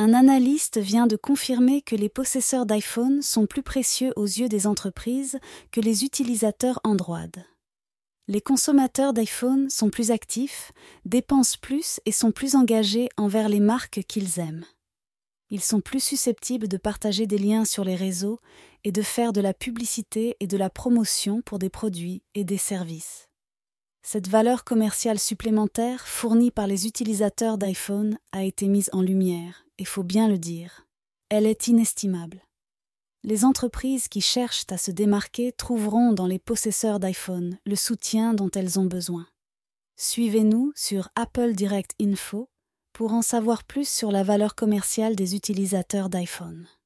Un analyste vient de confirmer que les possesseurs d'iPhone sont plus précieux aux yeux des entreprises que les utilisateurs Android. Les consommateurs d'iPhone sont plus actifs, dépensent plus et sont plus engagés envers les marques qu'ils aiment. Ils sont plus susceptibles de partager des liens sur les réseaux et de faire de la publicité et de la promotion pour des produits et des services. Cette valeur commerciale supplémentaire fournie par les utilisateurs d'iPhone a été mise en lumière, et faut bien le dire. Elle est inestimable. Les entreprises qui cherchent à se démarquer trouveront dans les possesseurs d'iPhone le soutien dont elles ont besoin. Suivez-nous sur Apple Direct Info pour en savoir plus sur la valeur commerciale des utilisateurs d'iPhone.